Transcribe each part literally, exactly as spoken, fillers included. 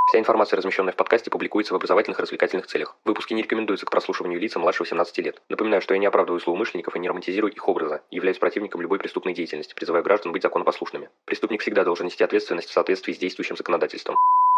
Вся информация, размещенная в подкасте, публикуется в образовательных и развлекательных целях. Выпуски не рекомендуются к прослушиванию лицам младше восемнадцати лет. Напоминаю, что я не оправдываю злоумышленников и не романтизирую их образа, являюсь противником любой преступной деятельности, призываю граждан быть законопослушными. Преступник всегда должен нести ответственность в соответствии с действующим законодательством.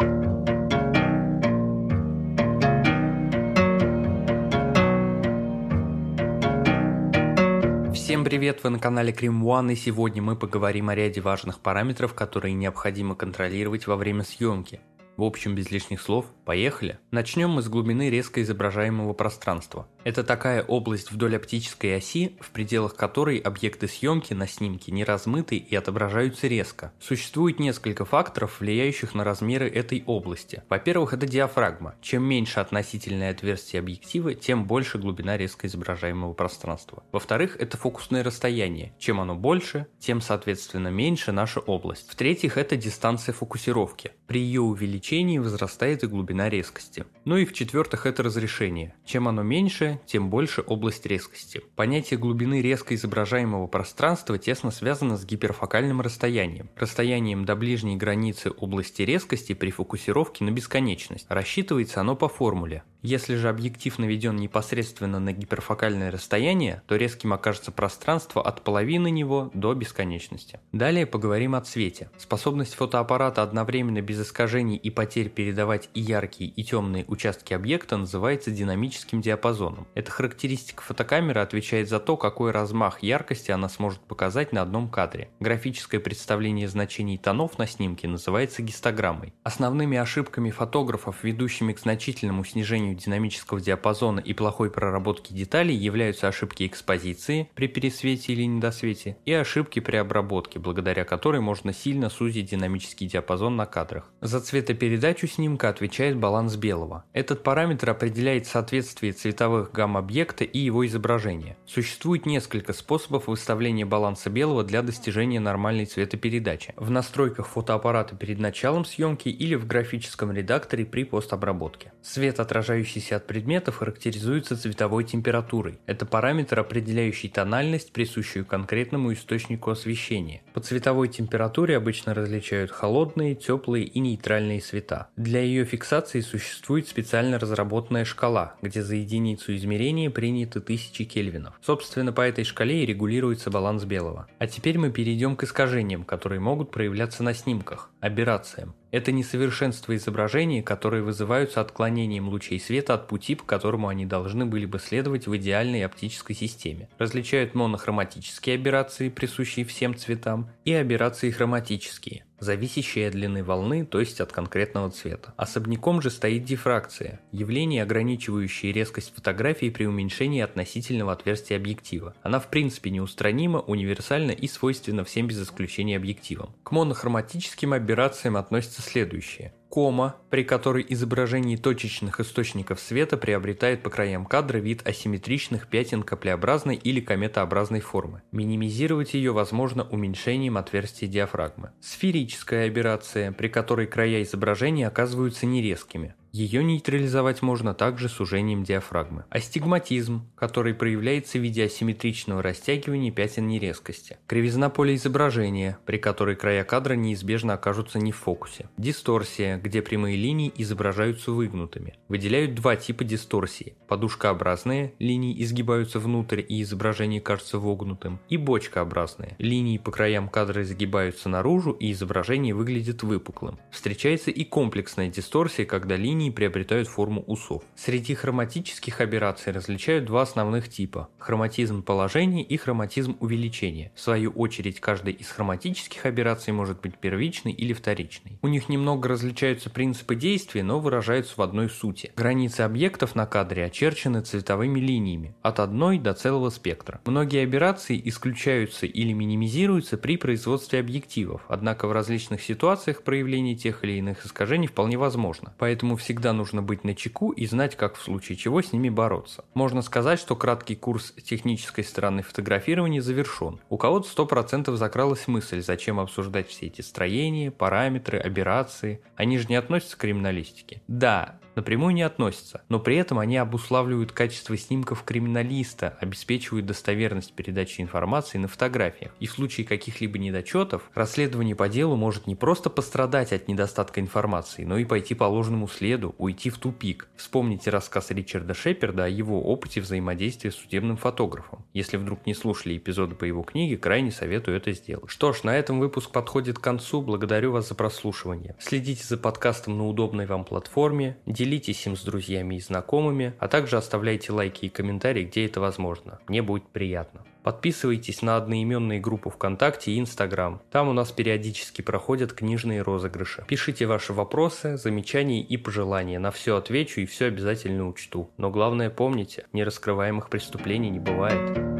Всем привет, вы на канале Крим One, и сегодня мы поговорим о ряде важных параметров, которые необходимо контролировать во время съемки. В общем, без лишних слов, поехали! Начнем мы с глубины резко изображаемого пространства. Это такая область вдоль оптической оси, в пределах которой объекты съемки на снимке не размыты и отображаются резко. Существует несколько факторов, влияющих на размеры этой области. Во-первых, это диафрагма. Чем меньше относительное отверстие объектива, тем больше глубина резко изображаемого пространства. Во-вторых, это фокусное расстояние. Чем оно больше, тем соответственно меньше наша область. В-третьих, это дистанция фокусировки. При ее увеличении возрастает и глубина резкости. Ну и в-четвертых, это разрешение. Чем оно меньше, тем больше область резкости. Понятие глубины резко изображаемого пространства тесно связано с гиперфокальным расстоянием, расстоянием до ближней границы области резкости при фокусировке на бесконечность. Рассчитывается оно по формуле. Если же объектив наведен непосредственно на гиперфокальное расстояние, то резким окажется пространство от половины него до бесконечности. Далее поговорим о цвете. Способность фотоаппарата одновременно без искажений и потерь передавать и яркие, и темные участки объекта называется динамическим диапазоном. Эта характеристика фотокамеры отвечает за то, какой размах яркости она сможет показать на одном кадре. Графическое представление значений тонов на снимке называется гистограммой. Основными ошибками фотографов, ведущими к значительному снижению динамического диапазона и плохой проработки деталей, являются ошибки экспозиции при пересвете или недосвете и ошибки при обработке, благодаря которой можно сильно сузить динамический диапазон на кадрах. За цветопередачу снимка отвечает баланс белого. Этот параметр определяет соответствие цветовых гамм объекта и его изображения. Существует несколько способов выставления баланса белого для достижения нормальной цветопередачи. В настройках фотоаппарата перед началом съемки или в графическом редакторе при постобработке. Свет, отражающийся от предметов, характеризуется цветовой температурой. Это параметр, определяющий тональность, присущую конкретному источнику освещения. По цветовой температуре обычно различают холодные, теплые и нейтральные цвета. Для ее фиксации существует специально разработанная шкала, где за единицу измерения приняты тысячи кельвинов. Собственно, по этой шкале и регулируется баланс белого. А теперь мы перейдем к искажениям, которые могут проявляться на снимках, аберрациям. Это несовершенства изображения, которые вызываются отклонением лучей света от пути, по которому они должны были бы следовать в идеальной оптической системе. Различают монохроматические аберрации, присущие всем цветам, и аберрации хроматические, зависящие от длины волны, то есть от конкретного цвета. Особняком же стоит дифракция, явление, ограничивающее резкость фотографии при уменьшении относительного отверстия объектива. Она в принципе неустранима, универсальна и свойственна всем без исключения объективам. К монохроматическим аберрациям относятся следующие. Кома, при которой изображение точечных источников света приобретает по краям кадра вид асимметричных пятен каплеобразной или кометообразной формы. Минимизировать ее возможно уменьшением отверстия диафрагмы. Сферическая аберрация, при которой края изображения оказываются нерезкими. Ее нейтрализовать можно также сужением диафрагмы. Астигматизм, который проявляется в виде асимметричного растягивания пятен нерезкости. Кривизна поля изображения, при которой края кадра неизбежно окажутся не в фокусе. Дисторсия, где прямые линии изображаются выгнутыми. Выделяют два типа дисторсии. Подушкообразные, линии изгибаются внутрь и изображение кажется вогнутым. И бочкообразные, линии по краям кадра изгибаются наружу и изображение выглядит выпуклым. Встречается и комплексная дисторсия, когда линии приобретают форму усов. Среди хроматических аберраций различают два основных типа – хроматизм положения и хроматизм увеличения. В свою очередь, каждая из хроматических аберраций может быть первичной или вторичной. У них немного различаются принципы действия, но выражаются в одной сути. Границы объектов на кадре очерчены цветовыми линиями, от одной до целого спектра. Многие аберрации исключаются или минимизируются при производстве объективов, однако в различных ситуациях проявление тех или иных искажений вполне возможно. Поэтому все Всегда нужно быть начеку и знать, как в случае чего с ними бороться. Можно сказать, что краткий курс технической стороны фотографирования завершен. У кого-то сто процентов закралась мысль, зачем обсуждать все эти строения, параметры, аберрации. Они же не относятся к криминалистике. Да, напрямую не относятся, но при этом они обуславливают качество снимков криминалиста, обеспечивают достоверность передачи информации на фотографиях. И в случае каких-либо недочетов, расследование по делу может не просто пострадать от недостатка информации, но и пойти по ложному следу, уйти в тупик. Вспомните рассказ Ричарда Шепарда о его опыте взаимодействия с судебным фотографом. Если вдруг не слушали эпизоды по его книге, крайне советую это сделать. Что ж, на этом выпуск подходит к концу. Благодарю вас за прослушивание. Следите за подкастом на удобной вам платформе, делитесь им с друзьями и знакомыми, а также оставляйте лайки и комментарии, где это возможно. Мне будет приятно. Подписывайтесь на одноименные группы ВКонтакте и Инстаграм. Там у нас периодически проходят книжные розыгрыши. Пишите ваши вопросы, замечания и пожелания. На все отвечу и все обязательно учту. Но главное помните, нераскрываемых преступлений не бывает.